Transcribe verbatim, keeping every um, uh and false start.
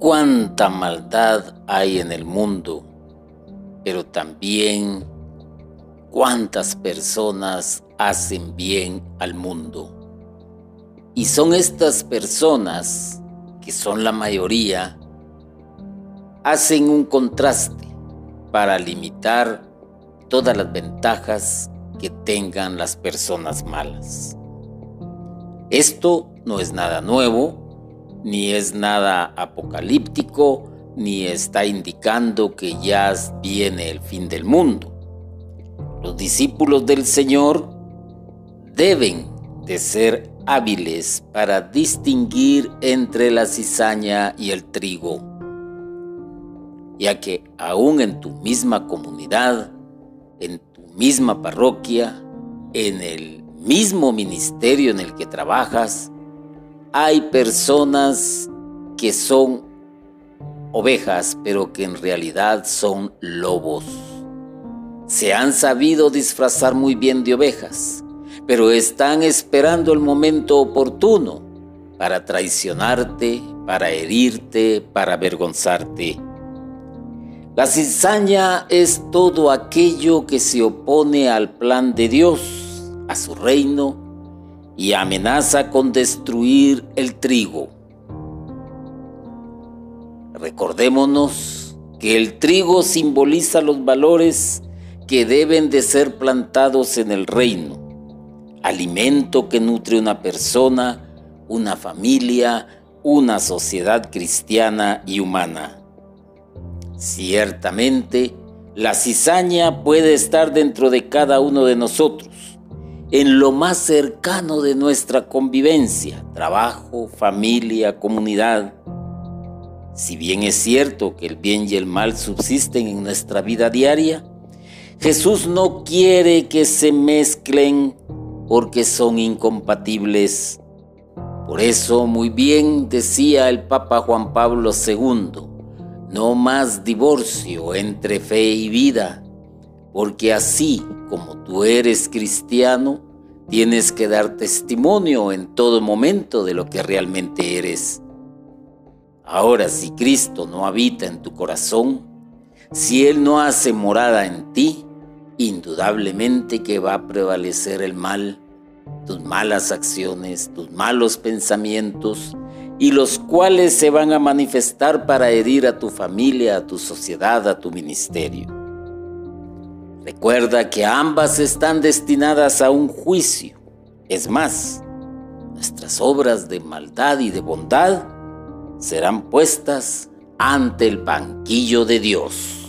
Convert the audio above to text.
cuánta maldad hay en el mundo, pero también cuántas personas hacen bien al mundo. Y son estas personas, que son la mayoría, hacen un contraste para limitar todas las ventajas que tengan las personas malas. Esto no es nada nuevo, ni es nada apocalíptico, ni está indicando que ya viene el fin del mundo. Los discípulos del Señor deben de ser hábiles para distinguir entre la cizaña y el trigo, ya que aún en tu misma comunidad, en tu misma parroquia, en el mismo ministerio en el que trabajas, hay personas que son ovejas, pero que en realidad son lobos. Se han sabido disfrazar muy bien de ovejas, pero están esperando el momento oportuno para traicionarte, para herirte, para avergonzarte. La cizaña es todo aquello que se opone al plan de Dios, a su reino, y amenaza con destruir el trigo. Recordémonos que el trigo simboliza los valores que deben de ser plantados en el reino, alimento que nutre una persona, una familia, una sociedad cristiana y humana. Ciertamente, la cizaña puede estar dentro de cada uno de nosotros, en lo más cercano de nuestra convivencia, trabajo, familia, comunidad. Si bien es cierto que el bien y el mal subsisten en nuestra vida diaria, Jesús no quiere que se mezclen porque son incompatibles. Por eso muy bien decía el Papa Juan Pablo segundo, no más divorcio entre fe y vida, porque así como tú eres cristiano, tienes que dar testimonio en todo momento de lo que realmente eres. Ahora, si Cristo no habita en tu corazón, si Él no hace morada en ti, indudablemente que va a prevalecer el mal, tus malas acciones, tus malos pensamientos, y los cuales se van a manifestar para herir a tu familia, a tu sociedad, a tu ministerio. Recuerda que ambas están destinadas a un juicio. Es más, nuestras obras de maldad y de bondad serán puestas ante el banquillo de Dios.